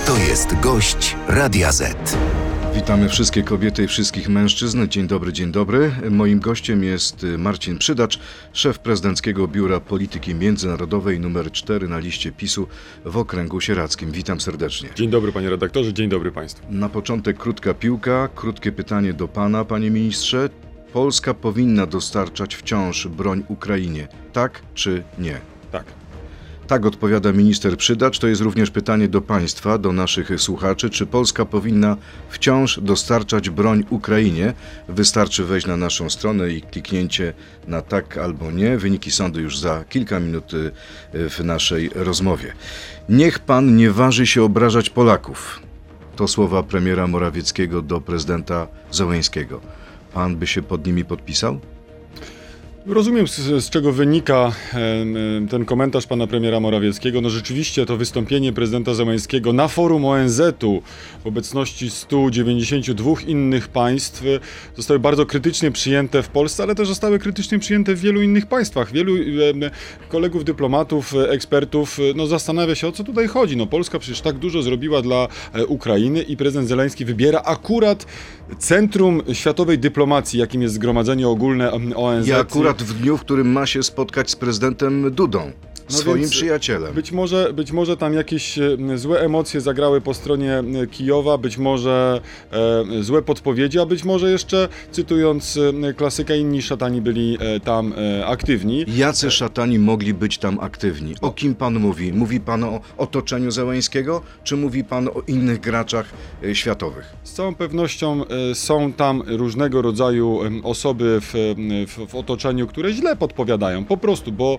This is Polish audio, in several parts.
To jest gość Radia Z. Witamy wszystkie kobiety i wszystkich mężczyzn. Dzień dobry, dzień dobry. Moim gościem jest Marcin Przydacz, szef Prezydenckiego Biura Polityki Międzynarodowej nr 4 na liście PiS-u w Okręgu Sieradzkim. Witam serdecznie. Dzień dobry panie redaktorze, dzień dobry państwu. Na początek krótka piłka, krótkie pytanie do pana, panie ministrze. Polska powinna dostarczać wciąż broń Ukrainie, tak czy nie? Tak. Tak odpowiada minister Przydacz. To jest również pytanie do państwa, do naszych słuchaczy. Czy Polska powinna wciąż dostarczać broń Ukrainie? Wystarczy wejść na naszą stronę i kliknięcie na tak albo nie. Wyniki sądu już za kilka minut w naszej rozmowie. Niech pan nie waży się obrażać Polaków. To słowa premiera Morawieckiego do prezydenta Zełenskiego. Pan by się pod nimi podpisał? Rozumiem, z czego wynika ten komentarz pana premiera Morawieckiego. No rzeczywiście to wystąpienie prezydenta Zełenskiego na forum ONZ-u w obecności 192 innych państw zostały bardzo krytycznie przyjęte w Polsce, ale też zostały krytycznie przyjęte w wielu innych państwach. Wielu kolegów, dyplomatów, ekspertów zastanawia się, o co tutaj chodzi. No Polska przecież tak dużo zrobiła dla Ukrainy i prezydent Zełenski wybiera akurat centrum światowej dyplomacji, jakim jest Zgromadzenie Ogólne ONZ. W dniu, w którym ma się spotkać z prezydentem Dudą, swoim przyjacielem. Być może tam jakieś złe emocje zagrały po stronie Kijowa, być może złe podpowiedzi, a być może jeszcze, cytując klasyka, inni szatani byli tam aktywni. Jacy szatani mogli być tam aktywni? O kim pan mówi? Mówi pan o otoczeniu Zełenskiego, czy mówi pan o innych graczach światowych? Z całą pewnością są tam różnego rodzaju osoby w otoczeniu, które źle podpowiadają, po prostu, bo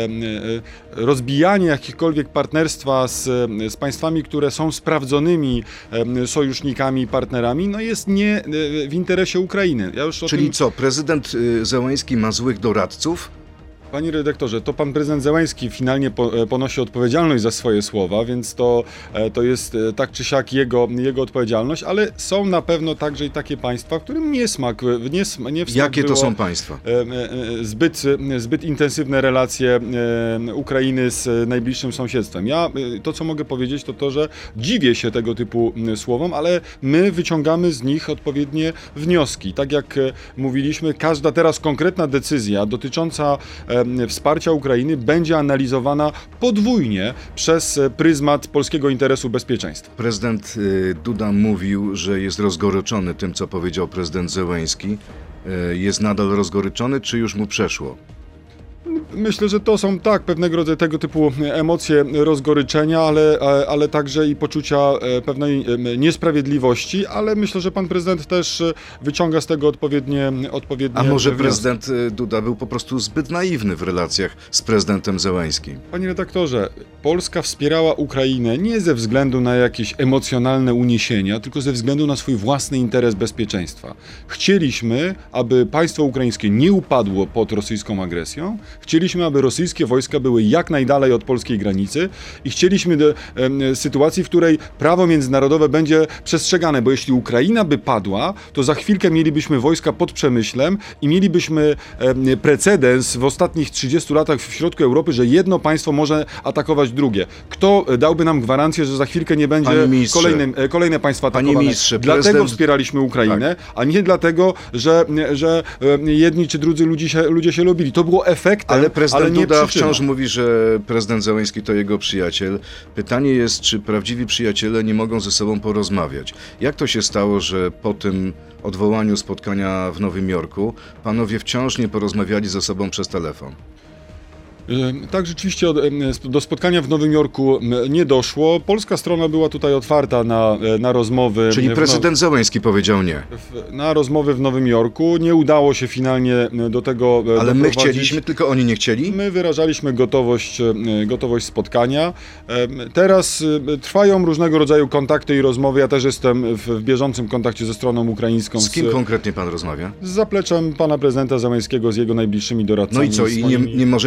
rozbijanie jakichkolwiek partnerstwa z państwami, które są sprawdzonymi sojusznikami i partnerami, jest nie w interesie Ukrainy. Czyli co, prezydent Zełenski ma złych doradców? Panie redaktorze, to pan prezydent Zełenski finalnie ponosi odpowiedzialność za swoje słowa, więc to jest tak czy siak jego odpowiedzialność, ale są na pewno także i takie państwa, którym nie smak Jakie to są państwa? Zbyt intensywne relacje Ukrainy z najbliższym sąsiedztwem. To co mogę powiedzieć, to że dziwię się tego typu słowom, ale my wyciągamy z nich odpowiednie wnioski. Tak jak mówiliśmy, każda teraz konkretna decyzja dotycząca wsparcia Ukrainy będzie analizowana podwójnie przez pryzmat polskiego interesu bezpieczeństwa. Prezydent Duda mówił, że jest rozgoryczony tym, co powiedział prezydent Zełenski. Jest nadal rozgoryczony, czy już mu przeszło? Myślę, że to są pewnego rodzaju tego typu emocje rozgoryczenia, ale także i poczucia pewnej niesprawiedliwości, ale myślę, że pan prezydent też wyciąga z tego odpowiednie A może wnioski. Prezydent Duda był po prostu zbyt naiwny w relacjach z prezydentem Zełenskim? Panie redaktorze, Polska wspierała Ukrainę nie ze względu na jakieś emocjonalne uniesienia, tylko ze względu na swój własny interes bezpieczeństwa. Chcieliśmy, aby państwo ukraińskie nie upadło pod rosyjską agresją. Chcieliśmy, aby rosyjskie wojska były jak najdalej od polskiej granicy i chcieliśmy sytuacji, w której prawo międzynarodowe będzie przestrzegane, bo jeśli Ukraina by padła, to za chwilkę mielibyśmy wojska pod Przemyślem i mielibyśmy precedens w ostatnich 30 latach w środku Europy, że jedno państwo może atakować drugie. Kto dałby nam gwarancję, że za chwilkę nie będzie kolejne państwa atakowane? Dlatego wspieraliśmy Ukrainę, a nie dlatego, że jedni czy drudzy ludzie się lubili. To było efektem, ale prezydent Duda przyczyną. wciąż mówi, że prezydent Zełenski to jego przyjaciel. Pytanie jest, czy prawdziwi przyjaciele nie mogą ze sobą porozmawiać. Jak to się stało, że po tym odwołaniu spotkania w Nowym Jorku panowie wciąż nie porozmawiali ze sobą przez telefon? Tak, rzeczywiście do spotkania w Nowym Jorku nie doszło. Polska strona była tutaj otwarta na rozmowy. Czyli prezydent Zełenski powiedział nie. Na rozmowy w Nowym Jorku. Nie udało się finalnie do tego Ale doprowadzić. my chcieliśmy, tylko oni nie chcieli? My wyrażaliśmy gotowość spotkania. Teraz trwają różnego rodzaju kontakty i rozmowy. Ja też jestem w bieżącym kontakcie ze stroną ukraińską. Z kim konkretnie pan rozmawia? Z zapleczem pana prezydenta Zełenskiego, z jego najbliższymi doradcami. No i co? I nie możecie umówić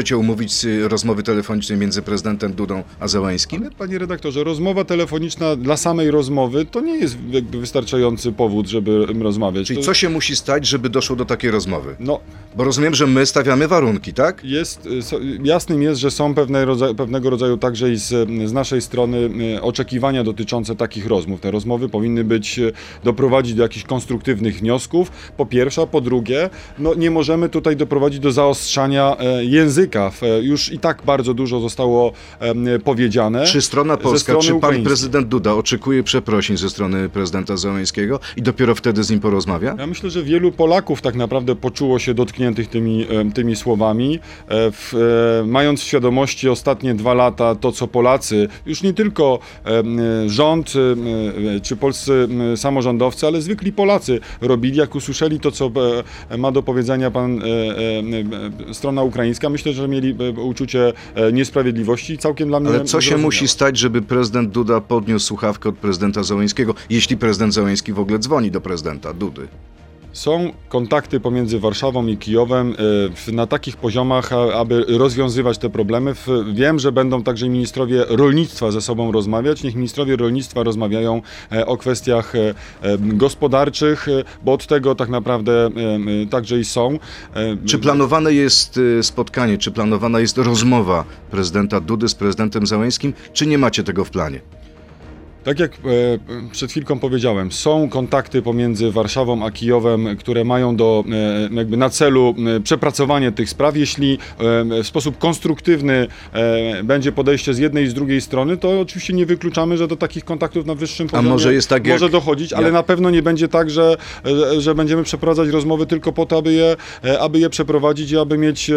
mówić z rozmowy telefonicznej między prezydentem Dudą a Zełenskim? Ale, panie redaktorze, rozmowa telefoniczna dla samej rozmowy to nie jest jakby wystarczający powód, żeby rozmawiać. Czyli to... co się musi stać, żeby doszło do takiej rozmowy? No, Bo rozumiem, że my stawiamy warunki, tak? jasnym jest, że są pewnego rodzaju także i z naszej strony oczekiwania dotyczące takich rozmów. Te rozmowy powinny doprowadzić do jakichś konstruktywnych wniosków, po pierwsze, a po drugie, no nie możemy tutaj doprowadzić do zaostrzania języka. Już i tak bardzo dużo zostało powiedziane. Czy strona polska, czy pan prezydent Duda oczekuje przeprosin ze strony prezydenta Zełenskiego i dopiero wtedy z nim porozmawia? Ja myślę, że wielu Polaków tak naprawdę poczuło się dotkniętych tymi słowami. Mając w świadomości ostatnie 2 lata to, co Polacy, już nie tylko rząd czy polscy samorządowcy, ale zwykli Polacy robili, jak usłyszeli to, co ma do powiedzenia strona ukraińska, myślę, że mieli uczucie niesprawiedliwości i całkiem dla mnie Ale co się zrozumiałe. musi stać, żeby prezydent Duda podniósł słuchawkę od prezydenta Zełenskiego, jeśli prezydent Zełenski w ogóle dzwoni do prezydenta Dudy? Są kontakty pomiędzy Warszawą i Kijowem na takich poziomach, aby rozwiązywać te problemy. Wiem, że będą także ministrowie rolnictwa ze sobą rozmawiać. Niech ministrowie rolnictwa rozmawiają o kwestiach gospodarczych, bo od tego tak naprawdę także i są. Czy planowane jest spotkanie, czy planowana jest rozmowa prezydenta Dudy z prezydentem Zełenskim, czy nie macie tego w planie? Tak jak przed chwilką powiedziałem, są kontakty pomiędzy Warszawą a Kijowem, które mają jakby na celu przepracowanie tych spraw. Jeśli w sposób konstruktywny będzie podejście z jednej i z drugiej strony, to oczywiście nie wykluczamy, że do takich kontaktów na wyższym poziomie może jest tak, może dochodzić, ale na pewno nie będzie tak, że będziemy przeprowadzać rozmowy tylko po to, aby je przeprowadzić i aby mieć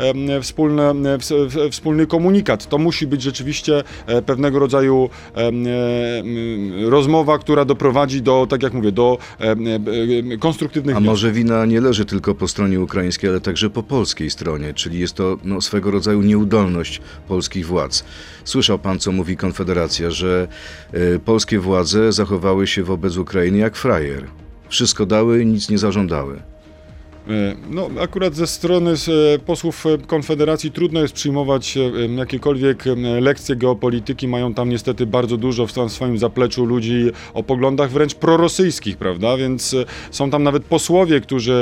wspólny komunikat. To musi być rzeczywiście pewnego rodzaju rozmowa, która doprowadzi do, tak jak mówię, do konstruktywnych wniosków. Może wina nie leży tylko po stronie ukraińskiej, ale także po polskiej stronie, czyli jest to swego rodzaju nieudolność polskich władz. Słyszał pan, co mówi Konfederacja, że polskie władze zachowały się wobec Ukrainy jak frajer. Wszystko dały i nic nie zażądały. No, akurat ze strony posłów Konfederacji trudno jest przyjmować jakiekolwiek lekcje geopolityki. Mają tam niestety bardzo dużo w swoim zapleczu ludzi o poglądach wręcz prorosyjskich, prawda? Więc są tam nawet posłowie,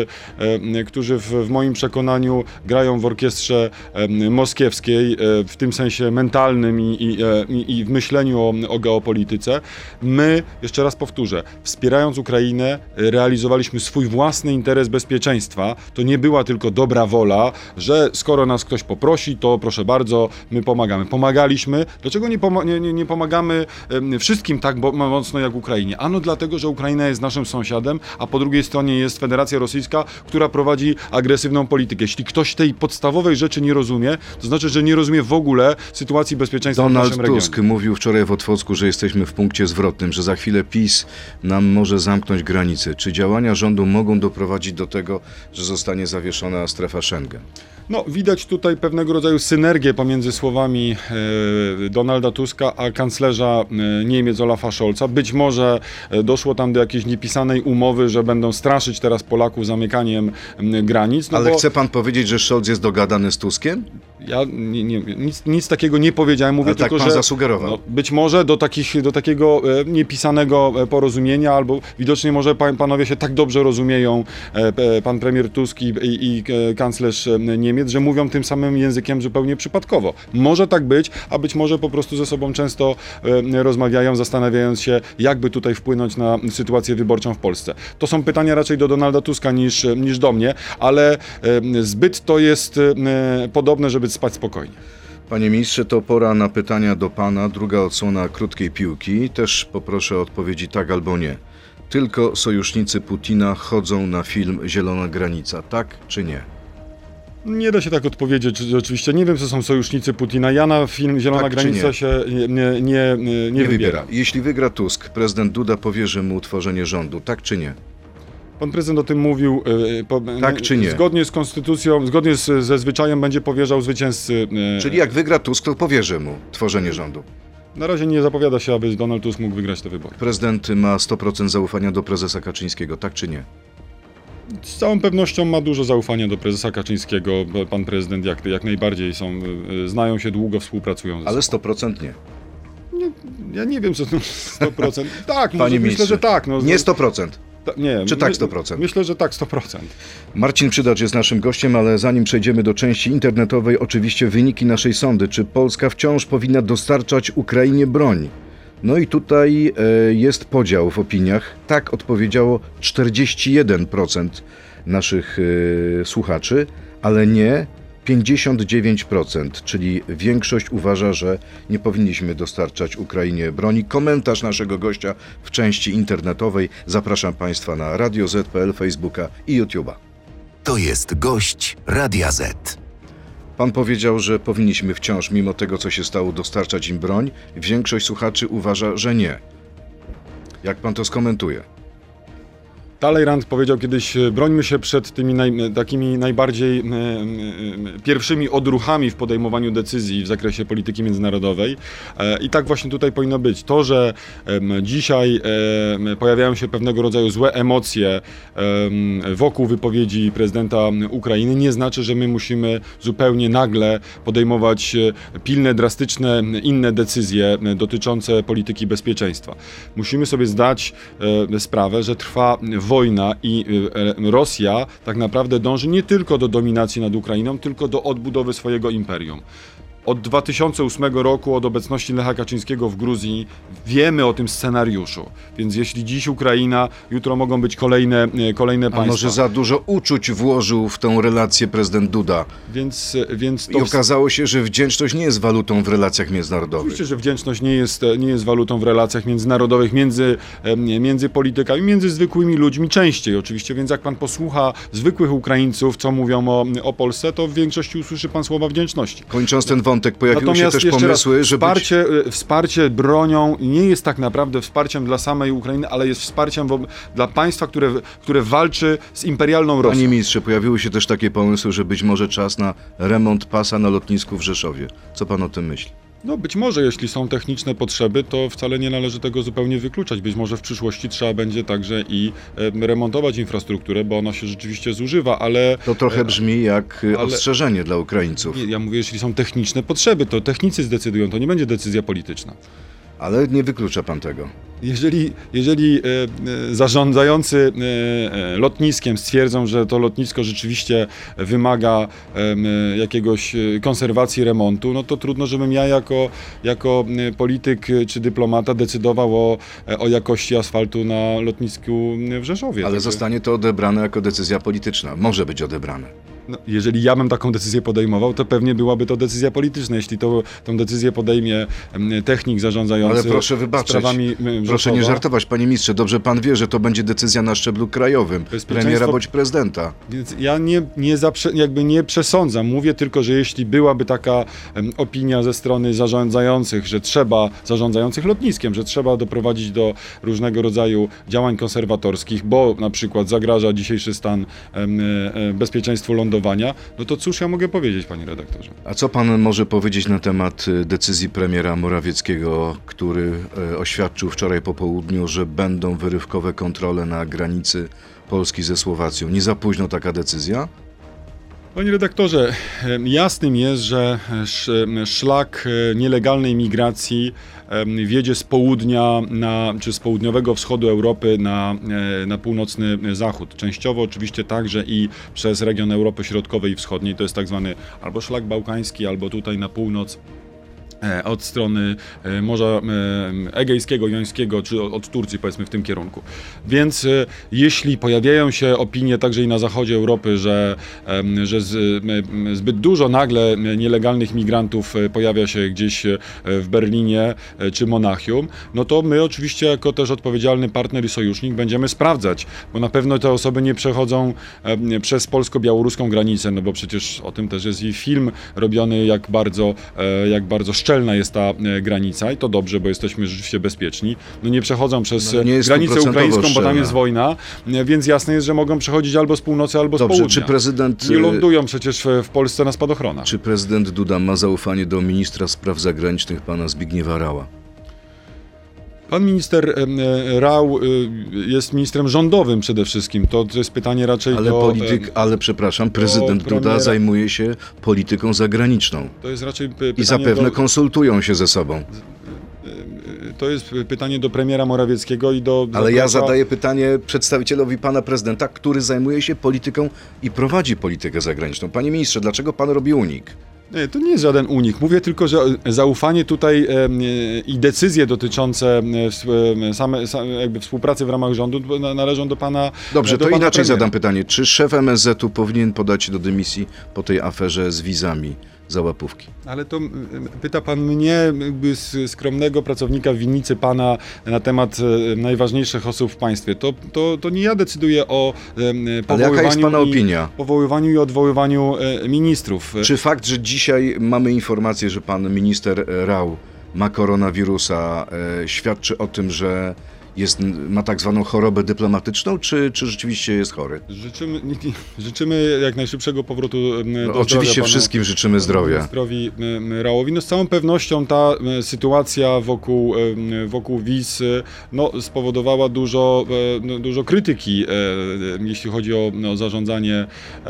którzy w moim przekonaniu grają w orkiestrze moskiewskiej, w tym sensie mentalnym i w myśleniu o geopolityce. My, jeszcze raz powtórzę, wspierając Ukrainę, realizowaliśmy swój własny interes bezpieczeństwa. To nie była tylko dobra wola, że skoro nas ktoś poprosi, to proszę bardzo, my pomagamy. Pomagaliśmy. Dlaczego nie pomagamy wszystkim tak mocno jak Ukrainie? Ano dlatego, że Ukraina jest naszym sąsiadem, a po drugiej stronie jest Federacja Rosyjska, która prowadzi agresywną politykę. Jeśli ktoś tej podstawowej rzeczy nie rozumie, to znaczy, że nie rozumie w ogóle sytuacji bezpieczeństwa w naszym regionie. Donald Tusk mówił wczoraj w Otwocku, że jesteśmy w punkcie zwrotnym, że za chwilę PiS nam może zamknąć granice. Czy działania rządu mogą doprowadzić do tego, że zostanie zawieszona strefa Schengen? No, widać tutaj pewnego rodzaju synergię pomiędzy słowami Donalda Tuska a kanclerza Niemiec Olafa Scholza. Być może doszło tam do jakiejś niepisanej umowy, że będą straszyć teraz Polaków zamykaniem granic. Ale chce pan powiedzieć, że Scholz jest dogadany z Tuskiem? Ja nic takiego nie powiedziałem. Mówię ale tylko, tak pan że zasugerował. Być może do takiego niepisanego porozumienia, albo widocznie może panowie się tak dobrze rozumieją, pan premier Tusk i kanclerz Niemiec, że mówią tym samym językiem zupełnie przypadkowo. Może tak być, a być może po prostu ze sobą często rozmawiają, zastanawiając się, jakby tutaj wpłynąć na sytuację wyborczą w Polsce. To są pytania raczej do Donalda Tuska niż do mnie, ale zbyt to jest podobne, żeby spać spokojnie. Panie ministrze, to pora na pytania do pana. Druga odsłona krótkiej piłki. Też poproszę o odpowiedzi tak albo nie. Tylko sojusznicy Putina chodzą na film Zielona Granica, tak czy nie? Nie da się tak odpowiedzieć, oczywiście. Nie wiem, co są sojusznicy Putina. Ja na film Zielona Granica się nie wybieram. Jeśli wygra Tusk, prezydent Duda powierzy mu utworzenie rządu, tak czy nie? Pan prezydent o tym mówił. Tak czy nie? Zgodnie z konstytucją, zgodnie ze zwyczajem będzie powierzał zwycięzcy. Czyli jak wygra Tusk, to powierzy mu tworzenie rządu. Na razie nie zapowiada się, aby Donald Tusk mógł wygrać te wybory. Prezydent ma 100% zaufania do prezesa Kaczyńskiego, tak czy nie? Z całą pewnością ma dużo zaufania do prezesa Kaczyńskiego. Pan prezydent jak najbardziej znają się długo, współpracują ze Ale sobą. 100% nie. Ja nie wiem, co to 100%. Tak, Myślę, że tak. No, nie 100%. Nie, Czy tak 100%? Myślę, że tak 100%. Marcin Przydacz jest naszym gościem, ale zanim przejdziemy do części internetowej, oczywiście wyniki naszej sondy. Czy Polska wciąż powinna dostarczać Ukrainie broń? No i tutaj jest podział w opiniach. Tak odpowiedziało 41% naszych słuchaczy, ale nie 59%, czyli większość uważa, że nie powinniśmy dostarczać Ukrainie broni. Komentarz naszego gościa w części internetowej. Zapraszam Państwa na Radio Z.pl, Facebooka i YouTube'a. To jest gość Radia Z. Pan powiedział, że powinniśmy wciąż, mimo tego, co się stało, dostarczać im broń. Większość słuchaczy uważa, że nie. Jak pan to skomentuje? Talleyrand powiedział kiedyś, brońmy się przed tymi takimi najbardziej pierwszymi odruchami w podejmowaniu decyzji w zakresie polityki międzynarodowej. I tak właśnie tutaj powinno być. To, że dzisiaj pojawiają się pewnego rodzaju złe emocje wokół wypowiedzi prezydenta Ukrainy, nie znaczy, że my musimy zupełnie nagle podejmować pilne, drastyczne, inne decyzje dotyczące polityki bezpieczeństwa. Musimy sobie zdać sprawę, że trwa wojna i Rosja tak naprawdę dąży nie tylko do dominacji nad Ukrainą, tylko do odbudowy swojego imperium. Od 2008 roku, od obecności Lecha Kaczyńskiego w Gruzji, wiemy o tym scenariuszu. Więc jeśli dziś Ukraina, jutro mogą być kolejne państwa. A może za dużo uczuć włożył w tą relację prezydent Duda? Więc to I okazało się, że wdzięczność nie jest walutą w relacjach międzynarodowych. Oczywiście, że wdzięczność nie jest walutą w relacjach międzynarodowych, między politykami, między zwykłymi ludźmi częściej oczywiście. Więc jak pan posłucha zwykłych Ukraińców, co mówią o Polsce, to w większości usłyszy pan słowa wdzięczności. Kończąc ten wątek, pojawiły Natomiast się też pomysły, że wsparcie bronią nie jest tak naprawdę wsparciem dla samej Ukrainy, ale jest wsparciem dla państwa, które walczy z imperialną Rosją. Panie ministrze, pojawiły się też takie pomysły, że być może czas na remont pasa na lotnisku w Rzeszowie. Co pan o tym myśli? No być może, jeśli są techniczne potrzeby, to wcale nie należy tego zupełnie wykluczać. Być może w przyszłości trzeba będzie także i remontować infrastrukturę, bo ona się rzeczywiście zużywa, ale... To trochę brzmi jak ostrzeżenie dla Ukraińców. Ja mówię, jeśli są techniczne potrzeby, to technicy zdecydują, to nie będzie decyzja polityczna. Ale nie wyklucza pan tego. Jeżeli zarządzający lotniskiem stwierdzą, że to lotnisko rzeczywiście wymaga jakiegoś konserwacji, remontu, no to trudno, żebym ja jako polityk czy dyplomata decydował o jakości asfaltu na lotnisku w Rzeszowie. Ale zostanie to odebrane jako decyzja polityczna. Może być odebrane. No, jeżeli ja bym taką decyzję podejmował, to pewnie byłaby to decyzja polityczna. Jeśli tą decyzję podejmie technik zarządzający. Ale proszę wybaczyć, sprawami proszę nie żartować, panie ministrze. Dobrze pan wie, że to będzie decyzja na szczeblu krajowym, premiera bądź prezydenta. Więc ja nie przesądzam. Mówię tylko, że jeśli byłaby taka opinia ze strony zarządzających lotniskiem, że trzeba doprowadzić do różnego rodzaju działań konserwatorskich, bo na przykład zagraża dzisiejszy stan bezpieczeństwu lądowania, no to cóż ja mogę powiedzieć, panie redaktorze? A co pan może powiedzieć na temat decyzji premiera Morawieckiego, który oświadczył wczoraj po południu, że będą wyrywkowe kontrole na granicy Polski ze Słowacją? Nie za późno taka decyzja? Panie redaktorze, jasnym jest, że szlak nielegalnej migracji wiedzie z południa czy z południowego wschodu Europy na północny zachód. Częściowo oczywiście także i przez region Europy Środkowej i Wschodniej. To jest tak zwany albo szlak bałkański, albo tutaj na północ od strony Morza Egejskiego, Jońskiego, czy od Turcji, powiedzmy, w tym kierunku. Więc jeśli pojawiają się opinie także i na zachodzie Europy, że zbyt dużo nagle nielegalnych migrantów pojawia się gdzieś w Berlinie czy Monachium, no to my oczywiście jako też odpowiedzialny partner i sojusznik będziemy sprawdzać, bo na pewno te osoby nie przechodzą przez polsko-białoruską granicę, no bo przecież o tym też jest i film robiony, jak bardzo szczelna jest ta granica i to dobrze, bo jesteśmy rzeczywiście bezpieczni. No nie przechodzą przez granicę ukraińską, bo tam jest wojna, więc jasne jest, że mogą przechodzić albo z północy, albo z południa. Czy prezydent... Nie lądują przecież w Polsce na spadochronach. Czy prezydent Duda ma zaufanie do ministra spraw zagranicznych pana Zbigniewa Raua? Pan minister Rau jest ministrem rządowym przede wszystkim. To jest pytanie raczej Ale przepraszam, prezydent Duda zajmuje się polityką zagraniczną. To jest raczej pytanie I zapewne konsultują się ze sobą. To jest pytanie do premiera Morawieckiego i do... Ale ja zadaję pytanie przedstawicielowi pana prezydenta, który zajmuje się polityką i prowadzi politykę zagraniczną. Panie ministrze, dlaczego pan robi unik? Nie, to nie jest żaden unik. Mówię tylko, że zaufanie tutaj i decyzje dotyczące jakby współpracy w ramach rządu należą do pana. Dobrze, do to pana inaczej premiera. zadam pytanie. Czy szef MSZ-u powinien podać się do dymisji po tej aferze z wizami za łapówki? Ale to pyta pan mnie, jakby skromnego pracownika w winnicy pana, na temat najważniejszych osób w państwie. To nie ja decyduję o Ale jaka jest pana opinia? Powoływaniu i odwoływaniu ministrów. Czy fakt, że dzisiaj mamy informację, że pan minister Rau ma koronawirusa, świadczy o tym, że ma tak zwaną chorobę dyplomatyczną, czy rzeczywiście jest chory? Życzymy jak najszybszego powrotu do oczywiście zdrowia wszystkim życzymy zdrowia. Zdrowi Raowi. No z całą pewnością ta sytuacja wokół wiz spowodowała dużo krytyki, jeśli chodzi o zarządzanie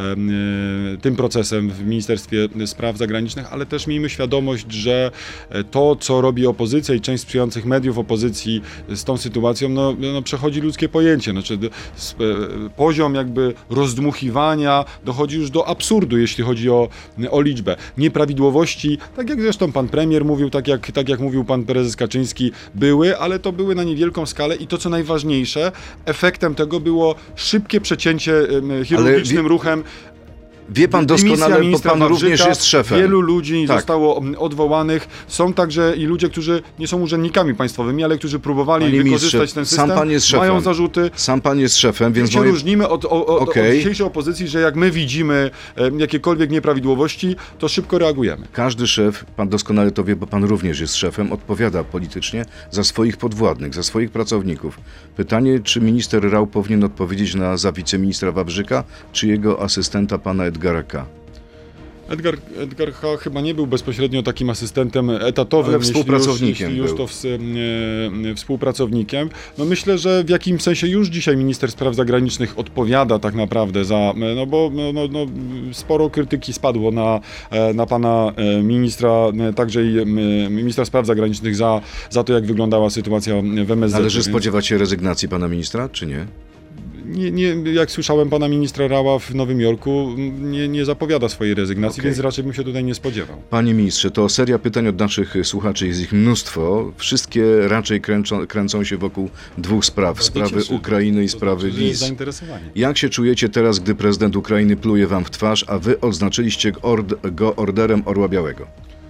tym procesem w Ministerstwie Spraw Zagranicznych, ale też miejmy świadomość, że to, co robi opozycja i część sprzyjających mediów opozycji z tą sytuacją, przechodzi ludzkie pojęcie. Znaczy, poziom jakby rozdmuchiwania dochodzi już do absurdu, jeśli chodzi o liczbę. Nieprawidłowości, tak jak zresztą pan premier mówił, tak jak mówił pan prezes Kaczyński, były, ale to były na niewielką skalę i to, co najważniejsze, efektem tego było szybkie przecięcie chirurgicznym ruchem. Wie pan doskonale, bo pan również jest szefem. Wielu ludzi zostało odwołanych. Są także i ludzie, którzy nie są urzędnikami państwowymi, ale którzy próbowali wykorzystać ten system. Sam pan jest szefem. Mają zarzuty. Sam pan jest szefem, więc się różnimy od dzisiejszej opozycji, że jak my widzimy jakiekolwiek nieprawidłowości, to szybko reagujemy. Każdy szef, pan doskonale to wie, bo pan również jest szefem, odpowiada politycznie za swoich podwładnych, za swoich pracowników. Pytanie, czy minister Rau powinien odpowiedzieć za wiceministra Wawrzyka, czy jego asystenta pana Edgara K. Edgar H. chyba nie był bezpośrednio takim asystentem etatowym, ale współpracownikiem jeśli już to współpracownikiem. Myślę, że w jakimś sensie już dzisiaj minister spraw zagranicznych odpowiada tak naprawdę bo sporo krytyki spadło na pana ministra, także i ministra spraw zagranicznych za to, jak wyglądała sytuacja w MSZ. Należy spodziewać się rezygnacji pana ministra, czy nie? Nie, jak słyszałem pana ministra Raua w Nowym Jorku, nie zapowiada swojej rezygnacji, więc raczej bym się tutaj nie spodziewał. Panie ministrze, to seria pytań od naszych słuchaczy, jest ich mnóstwo. Wszystkie raczej kręcą się wokół dwóch spraw. Sprawy Ukrainy i sprawy wiz. Jak się czujecie teraz, gdy prezydent Ukrainy pluje wam w twarz, a wy odznaczyliście go orderem Orła Białego?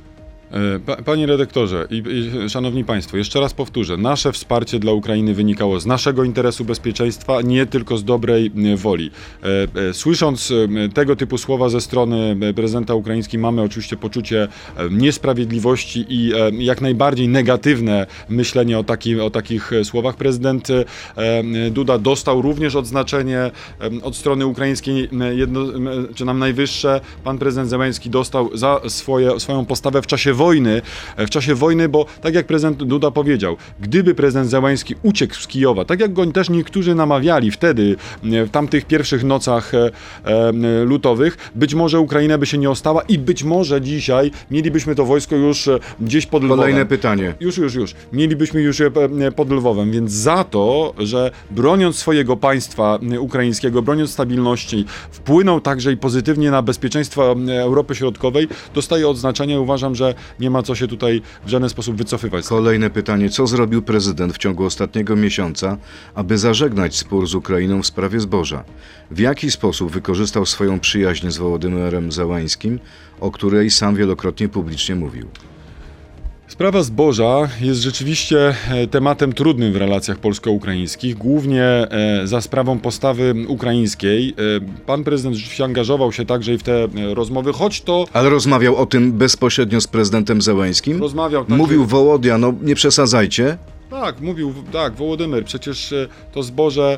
Panie redaktorze i szanowni państwo, jeszcze raz powtórzę, nasze wsparcie dla Ukrainy wynikało z naszego interesu bezpieczeństwa, nie tylko z dobrej woli. Słysząc tego typu słowa ze strony prezydenta ukraińskiej, mamy oczywiście poczucie niesprawiedliwości i jak najbardziej negatywne myślenie o takich słowach. Prezydent Duda dostał również odznaczenie od strony ukraińskiej, czy nam najwyższe. Pan prezydent Zełenski dostał za swoją postawę w czasie wojny, bo tak jak prezydent Duda powiedział, gdyby prezydent Zełenski uciekł z Kijowa, tak jak go też niektórzy namawiali wtedy, w tamtych pierwszych nocach lutowych, być może Ukraina by się nie ostała i być może dzisiaj mielibyśmy to wojsko już gdzieś pod Lwowem. Kolejne pytanie. Już. Mielibyśmy już je pod Lwowem, więc za to, że broniąc swojego państwa ukraińskiego, broniąc stabilności, wpłynął także i pozytywnie na bezpieczeństwo Europy Środkowej, dostaje odznaczenie. Uważam, że nie ma co się tutaj w żaden sposób wycofywać. Kolejne pytanie. Co zrobił prezydent w ciągu ostatniego miesiąca, aby zażegnać spór z Ukrainą w sprawie zboża? W jaki sposób wykorzystał swoją przyjaźń z Wołodymyrem Zełańskim, o której sam wielokrotnie publicznie mówił? Sprawa zboża jest rzeczywiście tematem trudnym w relacjach polsko-ukraińskich, głównie za sprawą postawy ukraińskiej. Pan prezydent rzeczywiście angażował się także i w te rozmowy, choć to... Ale rozmawiał o tym bezpośrednio z prezydentem Zełańskim? Rozmawiał. Także... Mówił Wołodia, nie przesadzajcie. Tak, mówił, tak, Wołodymyr, przecież to zboże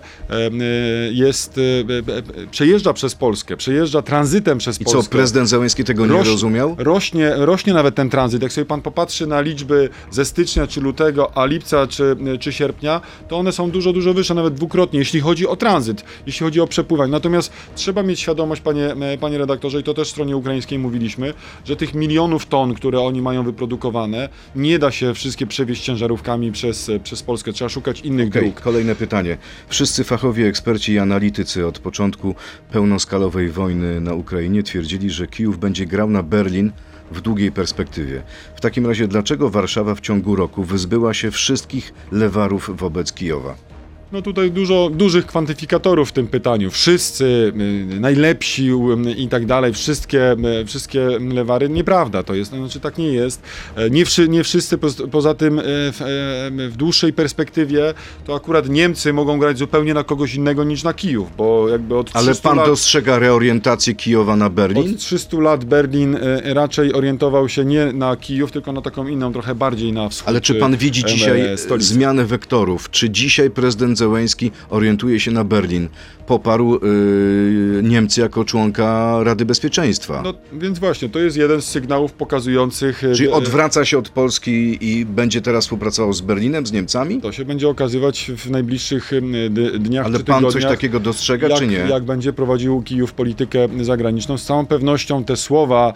przejeżdża przez Polskę, przejeżdża tranzytem przez I Polskę. co, prezydent Zełenski tego nie rozumiał? Rośnie nawet ten tranzyt. Jak sobie pan popatrzy na liczby ze stycznia czy lutego, a lipca czy sierpnia, to one są dużo, dużo wyższe, nawet dwukrotnie, jeśli chodzi o tranzyt, jeśli chodzi o przepływanie. Natomiast trzeba mieć świadomość, panie redaktorze, i to też stronie ukraińskiej mówiliśmy, że tych milionów ton, które oni mają wyprodukowane, nie da się wszystkie przewieźć ciężarówkami przez Polskę. Trzeba szukać innych dróg. Kolejne pytanie. Wszyscy fachowi eksperci i analitycy od początku pełnoskalowej wojny na Ukrainie twierdzili, że Kijów będzie grał na Berlin w długiej perspektywie. W takim razie dlaczego Warszawa w ciągu roku wyzbyła się wszystkich lewarów wobec Kijowa? No tutaj dużo dużych kwantyfikatorów w tym pytaniu. Wszyscy, najlepsi i tak dalej, wszystkie lewary. Nieprawda to jest, znaczy tak nie jest. Nie wszyscy, poza tym w dłuższej perspektywie to akurat Niemcy mogą grać zupełnie na kogoś innego niż na Kijów, bo jakby od 300 Ale pan lat, dostrzega reorientację Kijowa na Berlin? od 300 lat Berlin raczej orientował się nie na Kijów, tylko na taką inną, trochę bardziej na wschód. Ale czy pan widzi dzisiaj stolicy. zmianę wektorów? Czy dzisiaj prezydent Zełenski orientuje się na Berlin? Poparł Niemcy jako członka Rady Bezpieczeństwa. No więc właśnie, to jest jeden z sygnałów pokazujących... Czyli odwraca się od Polski i będzie teraz współpracował z Berlinem, z Niemcami? To się będzie okazywać w najbliższych dniach Ale czy pan tygodniach. coś takiego dostrzega, czy nie? Jak będzie prowadził Kijów politykę zagraniczną. Z całą pewnością te słowa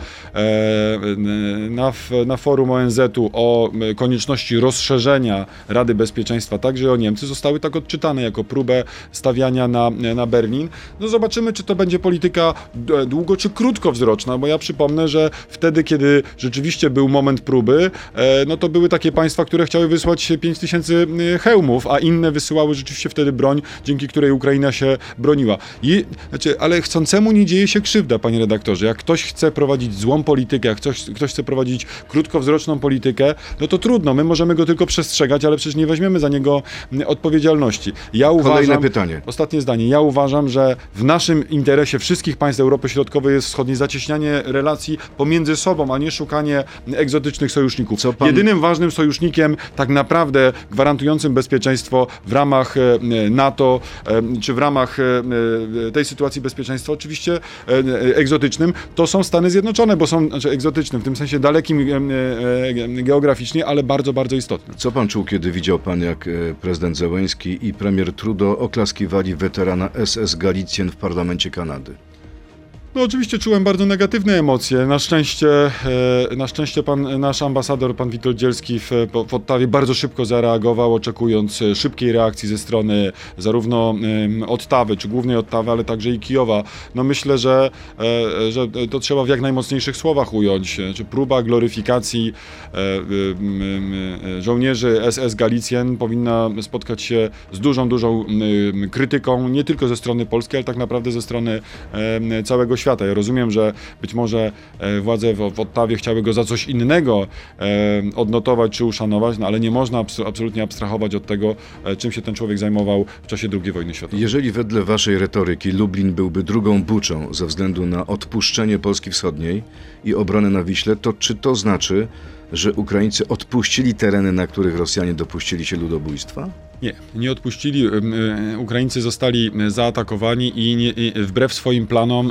na forum ONZ-u o konieczności rozszerzenia Rady Bezpieczeństwa, także o Niemcy, zostały tak odczytane jako próbę stawiania na Berlin. No zobaczymy, czy to będzie polityka długo czy krótkowzroczna, bo ja przypomnę, że wtedy, kiedy rzeczywiście był moment próby, no to były takie państwa, które chciały wysłać 5000 hełmów, a inne wysyłały rzeczywiście wtedy broń, dzięki której Ukraina się broniła. Ale chcącemu nie dzieje się krzywda, panie redaktorze. Jak ktoś chce prowadzić złą politykę, jak ktoś chce prowadzić krótkowzroczną politykę, no to trudno, my możemy go tylko przestrzegać, ale przecież nie weźmiemy za niego odpowiedzialności. Kolejne pytanie. Ostatnie zdanie. Ja uważam, że w naszym interesie wszystkich państw Europy Środkowej jest wschodniej zacieśnianie relacji pomiędzy sobą, a nie szukanie egzotycznych sojuszników. Jedynym ważnym sojusznikiem tak naprawdę gwarantującym bezpieczeństwo w ramach NATO, czy w ramach tej sytuacji bezpieczeństwa oczywiście egzotycznym, to są Stany Zjednoczone, bo są egzotycznym, w tym sensie dalekim geograficznie, ale bardzo, bardzo istotnym. Co pan czuł, kiedy widział pan, jak prezydent Zełenski i premier Trudeau oklaskiwali weterana SS Galicjen w parlamencie Kanady? No oczywiście czułem bardzo negatywne emocje. Na szczęście nasz ambasador, pan Witold Dzielski w Ottawie bardzo szybko zareagował, oczekując szybkiej reakcji ze strony zarówno Ottawy, czy głównej Ottawy, ale także i Kijowa. No myślę, że to trzeba w jak najmocniejszych słowach ująć. Czy próba gloryfikacji żołnierzy SS Galicjen powinna spotkać się z dużą krytyką, nie tylko ze strony Polski, ale tak naprawdę ze strony całego świata. Ja rozumiem, że być może władze w Ottawie chciały go za coś innego odnotować czy uszanować, no ale nie można absolutnie abstrahować od tego, czym się ten człowiek zajmował w czasie II wojny światowej. Jeżeli wedle waszej retoryki Lublin byłby drugą Buczą ze względu na odpuszczenie Polski Wschodniej i obronę na Wiśle, to czy to znaczy, że Ukraińcy odpuścili tereny, na których Rosjanie dopuścili się ludobójstwa? Nie odpuścili. Ukraińcy zostali zaatakowani i wbrew swoim planom,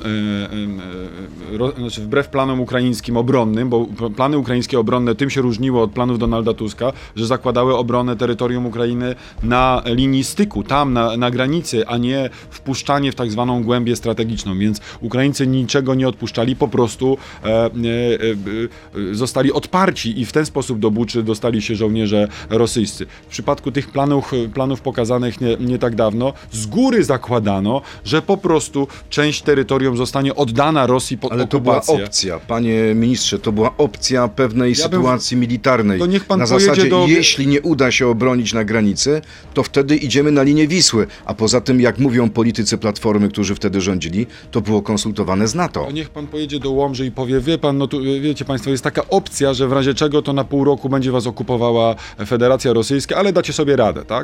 wbrew planom ukraińskim obronnym, bo plany ukraińskie obronne tym się różniły od planów Donalda Tuska, że zakładały obronę terytorium Ukrainy na linii styku, tam na granicy, a nie wpuszczanie w tak zwaną głębię strategiczną. Więc Ukraińcy niczego nie odpuszczali, po prostu zostali odparci i w ten sposób do Buczy dostali się żołnierze rosyjscy. W przypadku tych planów pokazanych nie tak dawno, z góry zakładano, że po prostu część terytorium zostanie oddana Rosji pod okupację. Ale to była opcja, panie ministrze, to była opcja pewnej sytuacji militarnej. To niech pan na zasadzie, jeśli nie uda się obronić na granicy, to wtedy idziemy na linię Wisły. A poza tym, jak mówią politycy Platformy, którzy wtedy rządzili, to było konsultowane z NATO. To niech pan pojedzie do Łomży i powie, wie pan, no tu wiecie państwo, jest taka opcja, że w razie czego to na pół roku będzie was okupowała Federacja Rosyjska, ale dacie sobie radę, tak?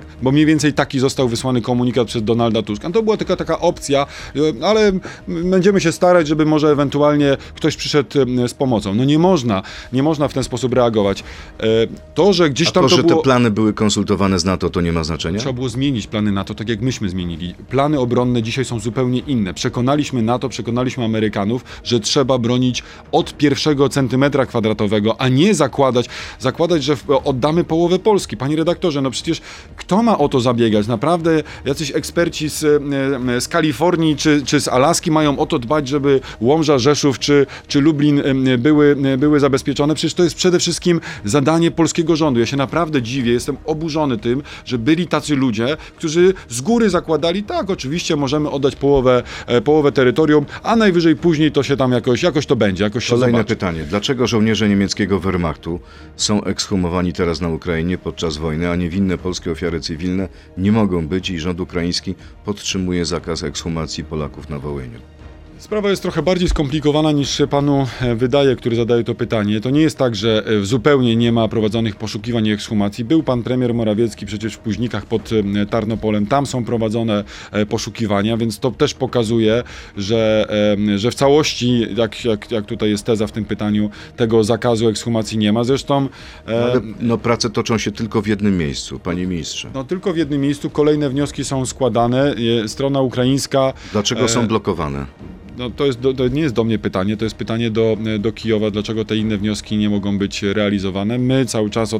tak? Bo mniej więcej taki został wysłany komunikat przez Donalda Tuska. No to była tylko taka opcja, ale będziemy się starać, żeby może ewentualnie ktoś przyszedł z pomocą. No nie można w ten sposób reagować. To, że gdzieś tam że było... te plany były konsultowane z NATO, to nie ma znaczenia? Trzeba było zmienić plany NATO, tak jak myśmy zmienili. Plany obronne dzisiaj są zupełnie inne. Przekonaliśmy NATO, przekonaliśmy Amerykanów, że trzeba bronić od pierwszego centymetra kwadratowego, a nie zakładać, że oddamy połowę Polski. Panie redaktorze, no przecież kto ma o to zabiegać? Naprawdę jacyś eksperci z Kalifornii czy z Alaski mają o to dbać, żeby Łomża, Rzeszów czy Lublin były zabezpieczone? Przecież to jest przede wszystkim zadanie polskiego rządu. Ja się naprawdę dziwię, jestem oburzony tym, że byli tacy ludzie, którzy z góry zakładali, tak, oczywiście możemy oddać połowę terytorium, a najwyżej później to się tam jakoś to będzie, jakoś się Kolejne zobaczy. pytanie. Dlaczego żołnierze niemieckiego Wehrmachtu są ekshumowani teraz na Ukrainie podczas wojny, a niewinne polskie ofiary cywilne nie mogą być i rząd ukraiński podtrzymuje zakaz ekshumacji Polaków na Wołyniu? Sprawa jest trochę bardziej skomplikowana niż się panu wydaje, który zadaje to pytanie. To nie jest tak, że zupełnie nie ma prowadzonych poszukiwań i ekshumacji. Był pan premier Morawiecki przecież w Późnikach pod Tarnopolem. Tam są prowadzone poszukiwania, więc to też pokazuje, że w całości, jak tutaj jest teza w tym pytaniu, tego zakazu ekshumacji nie ma. Zresztą... Ale prace toczą się tylko w jednym miejscu, panie ministrze. No tylko w jednym miejscu. Kolejne wnioski są składane. Strona ukraińska... Dlaczego są blokowane? No to nie jest do mnie pytanie, to jest pytanie do Kijowa, dlaczego te inne wnioski nie mogą być realizowane. My cały czas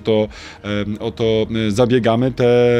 o to zabiegamy.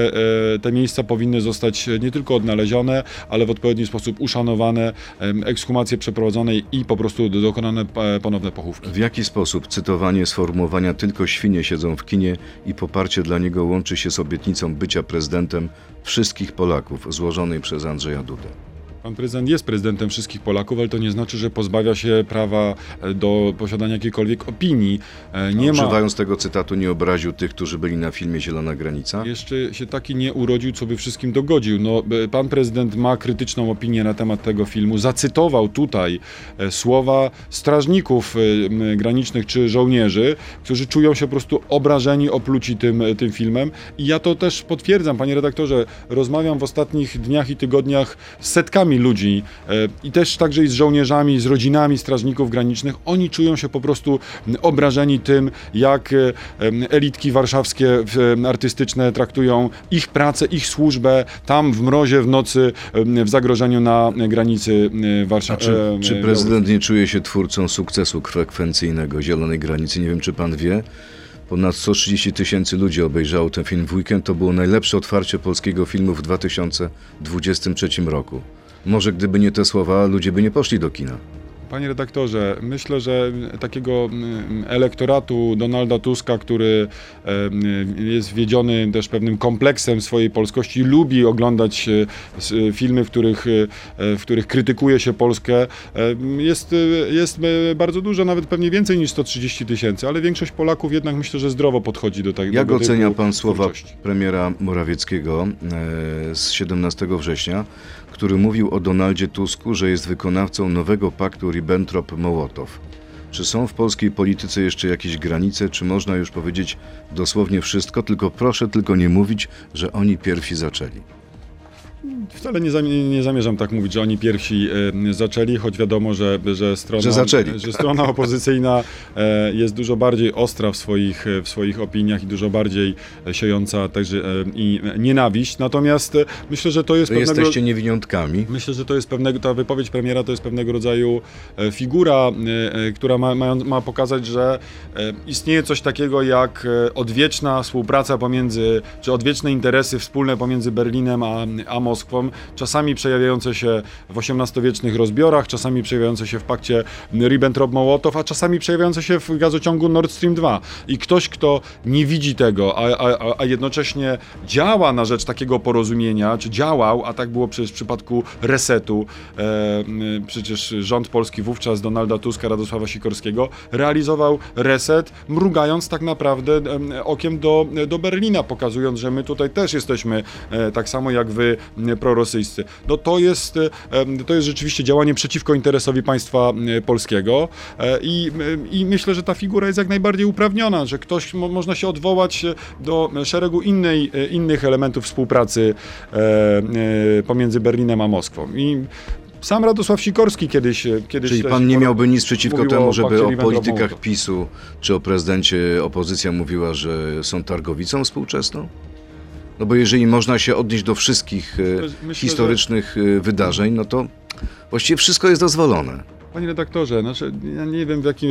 Te miejsca powinny zostać nie tylko odnalezione, ale w odpowiedni sposób uszanowane, ekshumacje przeprowadzone i po prostu dokonane ponowne pochówki. W jaki sposób cytowanie sformułowania "tylko świnie siedzą w kinie" i poparcie dla niego łączy się z obietnicą bycia prezydentem wszystkich Polaków złożonej przez Andrzeja Dudę? Pan prezydent jest prezydentem wszystkich Polaków, ale to nie znaczy, że pozbawia się prawa do posiadania jakiejkolwiek opinii. Używając tego cytatu, nie obraził tych, którzy byli na filmie Zielona Granica? Jeszcze się taki nie urodził, co by wszystkim dogodził. No, pan prezydent ma krytyczną opinię na temat tego filmu. Zacytował tutaj słowa strażników granicznych czy żołnierzy, którzy czują się po prostu obrażeni, opluci tym filmem. I ja to też potwierdzam, panie redaktorze. Rozmawiam w ostatnich dniach i tygodniach z setkami ludzi i też także i z żołnierzami, z rodzinami strażników granicznych. Oni czują się po prostu obrażeni tym, jak elitki warszawskie artystyczne traktują ich pracę, ich służbę tam w mrozie, w nocy, w zagrożeniu na granicy Warszawy. Czy prezydent nie czuje się twórcą sukcesu frekwencyjnego Zielonej Granicy? Nie wiem, czy pan wie. Ponad 130 000 ludzi obejrzało ten film w weekend. To było najlepsze otwarcie polskiego filmu w 2023 roku. Może gdyby nie te słowa, ludzie by nie poszli do kina. Panie redaktorze, myślę, że takiego elektoratu Donalda Tuska, który jest wiedziony też pewnym kompleksem swojej polskości, lubi oglądać filmy, w których krytykuje się Polskę, jest bardzo dużo, nawet pewnie więcej niż 130 000, ale większość Polaków jednak myślę, że zdrowo podchodzi do tego. Jak ocenia pan słowa premiera Morawieckiego z 17 września, który mówił o Donaldzie Tusku, że jest wykonawcą nowego paktu Ribbentrop-Mołotow? Czy są w polskiej polityce jeszcze jakieś granice, czy można już powiedzieć dosłownie wszystko, tylko proszę nie mówić, że oni pierwsi zaczęli? Wcale nie zamierzam tak mówić, że oni pierwsi zaczęli, choć wiadomo, że strona opozycyjna jest dużo bardziej ostra w swoich opiniach i dużo bardziej siejąca także i nienawiść. Natomiast myślę, że to jest jesteście niewiniątkami. Myślę, że to jest ta wypowiedź premiera to jest pewnego rodzaju figura, która ma pokazać, że istnieje coś takiego jak odwieczna współpraca czy odwieczne interesy wspólne pomiędzy Berlinem a Moskwą, czasami przejawiające się w XVIII-wiecznych rozbiorach, czasami przejawiające się w pakcie Ribbentrop-Mołotow, a czasami przejawiające się w gazociągu Nord Stream 2. I ktoś, kto nie widzi tego, a jednocześnie działa na rzecz takiego porozumienia, czy działał, a tak było przecież w przypadku resetu, przecież rząd polski wówczas Donalda Tuska, Radosława Sikorskiego realizował reset, mrugając tak naprawdę okiem do Berlina, pokazując, że my tutaj też jesteśmy tak samo jak wy prorosyjscy. No to jest rzeczywiście działanie przeciwko interesowi państwa polskiego i myślę, że ta figura jest jak najbardziej uprawniona, że ktoś można się odwołać do szeregu innych elementów współpracy pomiędzy Berlinem a Moskwą. I sam Radosław Sikorski kiedyś Czyli pan nie miałby nic przeciwko temu, żeby o politykach Ribbentrop-Mołotow. PiS-u czy o prezydencie opozycja mówiła, że są targowicą współczesną? No bo jeżeli można się odnieść do wszystkich historycznych wydarzeń, no to właściwie wszystko jest dozwolone. Panie redaktorze, ja nie wiem, w jakim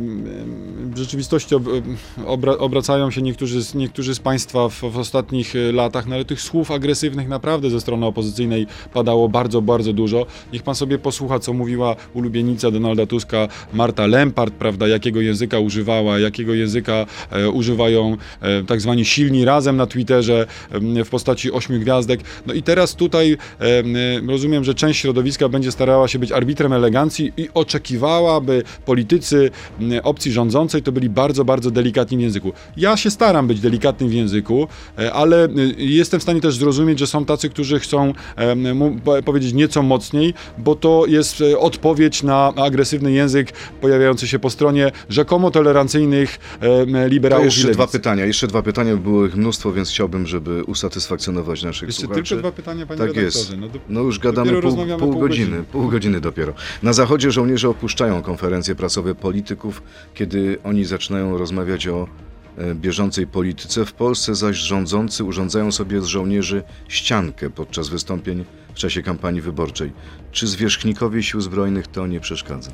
w rzeczywistości obracają się niektórzy z Państwa w ostatnich latach, no ale tych słów agresywnych naprawdę ze strony opozycyjnej padało bardzo, bardzo dużo. Niech Pan sobie posłucha, co mówiła ulubienica Donalda Tuska, Marta Lempart, prawda, jakiego języka używała, jakiego języka używają tak zwani silni razem na Twitterze w postaci 8 gwiazdek. No i teraz tutaj rozumiem, że część środowiska będzie starała się być arbitrem elegancji i oczekiwała, by politycy opcji rządzącej to byli bardzo, bardzo delikatni w języku. Ja się staram być delikatnym w języku, ale jestem w stanie też zrozumieć, że są tacy, którzy chcą powiedzieć nieco mocniej, bo to jest odpowiedź na agresywny język pojawiający się po stronie rzekomo tolerancyjnych liberałów. To jeszcze dwa pytania, było ich mnóstwo, więc chciałbym, żeby usatysfakcjonować naszych Jeszcze słuchaczy. tylko 2 pytania, panie Tak redaktorze. jest. No już gadamy pół godziny dopiero. Na Zachodzie żołnierze opuszczają konferencje prasowe polityków, kiedy oni zaczynają rozmawiać o bieżącej polityce. W Polsce zaś rządzący urządzają sobie z żołnierzy ściankę podczas wystąpień w czasie kampanii wyborczej. Czy zwierzchnikowi sił zbrojnych to nie przeszkadza?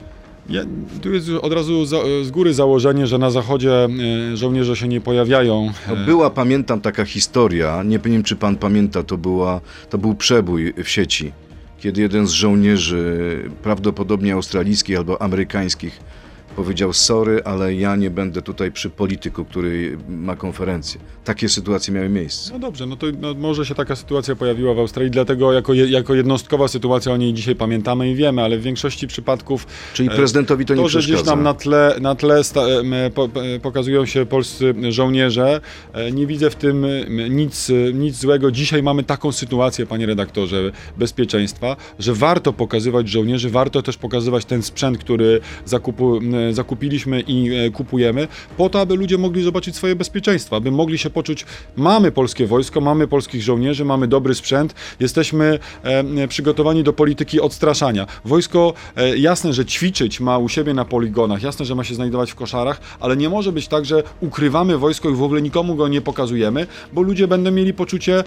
Tu jest od razu z góry założenie, że na Zachodzie żołnierze się nie pojawiają. No była, pamiętam, taka historia, nie wiem, czy pan pamięta, to był przebój w sieci, kiedy jeden z żołnierzy, prawdopodobnie australijskich albo amerykańskich, powiedział: sorry, ale ja nie będę tutaj przy polityku, który ma konferencję. Takie sytuacje miały miejsce. No dobrze, może się taka sytuacja pojawiła w Australii, dlatego jako jednostkowa sytuacja o niej dzisiaj pamiętamy i wiemy, ale w większości przypadków... Czyli prezydentowi to nie przeszkadza. Że gdzieś nam na tle pokazują się polscy żołnierze, nie widzę w tym nic złego. Dzisiaj mamy taką sytuację, panie redaktorze, bezpieczeństwa, że warto pokazywać żołnierzy, warto też pokazywać ten sprzęt, który zakupiliśmy i kupujemy, po to, aby ludzie mogli zobaczyć swoje bezpieczeństwo, aby mogli się poczuć: mamy polskie wojsko, mamy polskich żołnierzy, mamy dobry sprzęt, jesteśmy przygotowani do polityki odstraszania. Wojsko jasne, że ćwiczyć ma u siebie na poligonach, jasne, że ma się znajdować w koszarach, ale nie może być tak, że ukrywamy wojsko i w ogóle nikomu go nie pokazujemy, bo ludzie będą mieli poczucie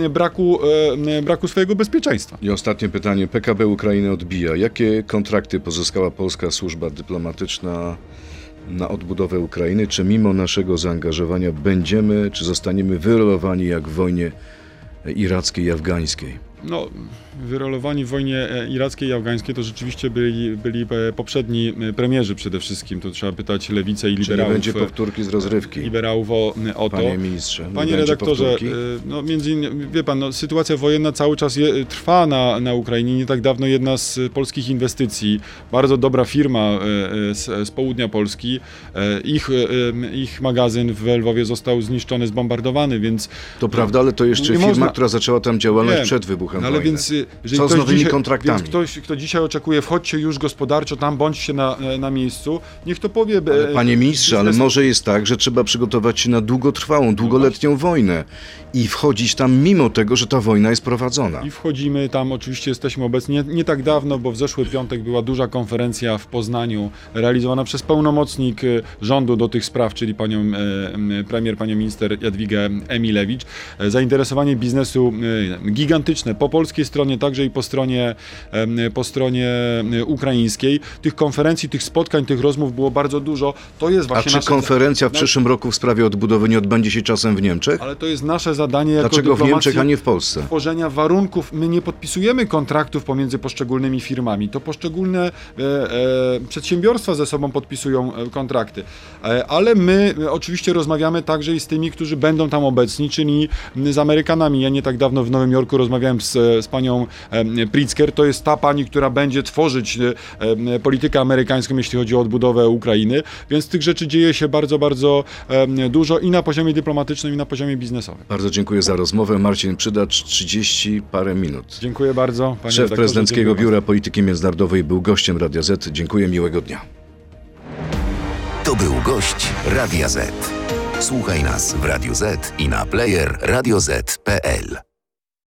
braku swojego bezpieczeństwa. I ostatnie pytanie. PKB Ukrainy odbija. Jakie kontrakty pozyskała polska służba dyplomatyczna na odbudowę Ukrainy? Czy mimo naszego zaangażowania czy zostaniemy wyrolowani jak w wojnie irackiej i afgańskiej? No, wyrolowani w wojnie irackiej i afgańskiej to rzeczywiście byli poprzedni premierzy przede wszystkim. To trzeba pytać lewicę i liberałów. Czy nie będzie powtórki z rozrywki? Liberałów o to. Panie ministrze, panie redaktorze, między innymi, wie pan, sytuacja wojenna cały czas trwa na Ukrainie. Nie tak dawno jedna z polskich inwestycji, bardzo dobra firma z południa Polski, ich magazyn w Lwowie został zniszczony, zbombardowany, więc... To prawda, ale to jeszcze firma, która zaczęła tam działalność przed wybuchem wojny. Ale więc, co z nowymi kontraktami? Więc ktoś, kto dzisiaj oczekuje: wchodźcie już gospodarczo tam, bądźcie na miejscu, niech to powie... Ale panie ministrze, ale może jest tak, że trzeba przygotować się na długotrwałą, długoletnią wojnę i wchodzić tam mimo tego, że ta wojna jest prowadzona. I wchodzimy tam, oczywiście jesteśmy obecni. Nie tak dawno, bo w zeszły piątek była duża konferencja w Poznaniu, realizowana przez pełnomocnik rządu do tych spraw, czyli panią minister Jadwigę Emilewicz. Zainteresowanie biznesu gigantyczne, po polskiej stronie, także i po stronie ukraińskiej. Tych konferencji, tych spotkań, tych rozmów było bardzo dużo. To jest właśnie czy konferencja w przyszłym roku w sprawie odbudowy nie odbędzie się czasem w Niemczech? Ale to jest nasze zadanie jako Dlaczego w Niemczech, a nie w Polsce? Tworzenia warunków. My nie podpisujemy kontraktów pomiędzy poszczególnymi firmami. To poszczególne przedsiębiorstwa ze sobą podpisują kontrakty. Ale my oczywiście rozmawiamy także i z tymi, którzy będą tam obecni, czyli z Amerykanami. Ja nie tak dawno w Nowym Jorku rozmawiałem z panią Pritzker. To jest ta pani, która będzie tworzyć politykę amerykańską, jeśli chodzi o odbudowę Ukrainy, więc tych rzeczy dzieje się bardzo, bardzo dużo i na poziomie dyplomatycznym, i na poziomie biznesowym. Bardzo dziękuję za rozmowę. Marcin Przydacz, 30 parę minut. Dziękuję bardzo, panie Szef redaktorze. Prezydenckiego Biura Polityki Międzynarodowej był gościem Radia Z. Dziękuję, miłego dnia. To był gość Radia Z. Słuchaj nas w Radio Z i na player radioz.pl.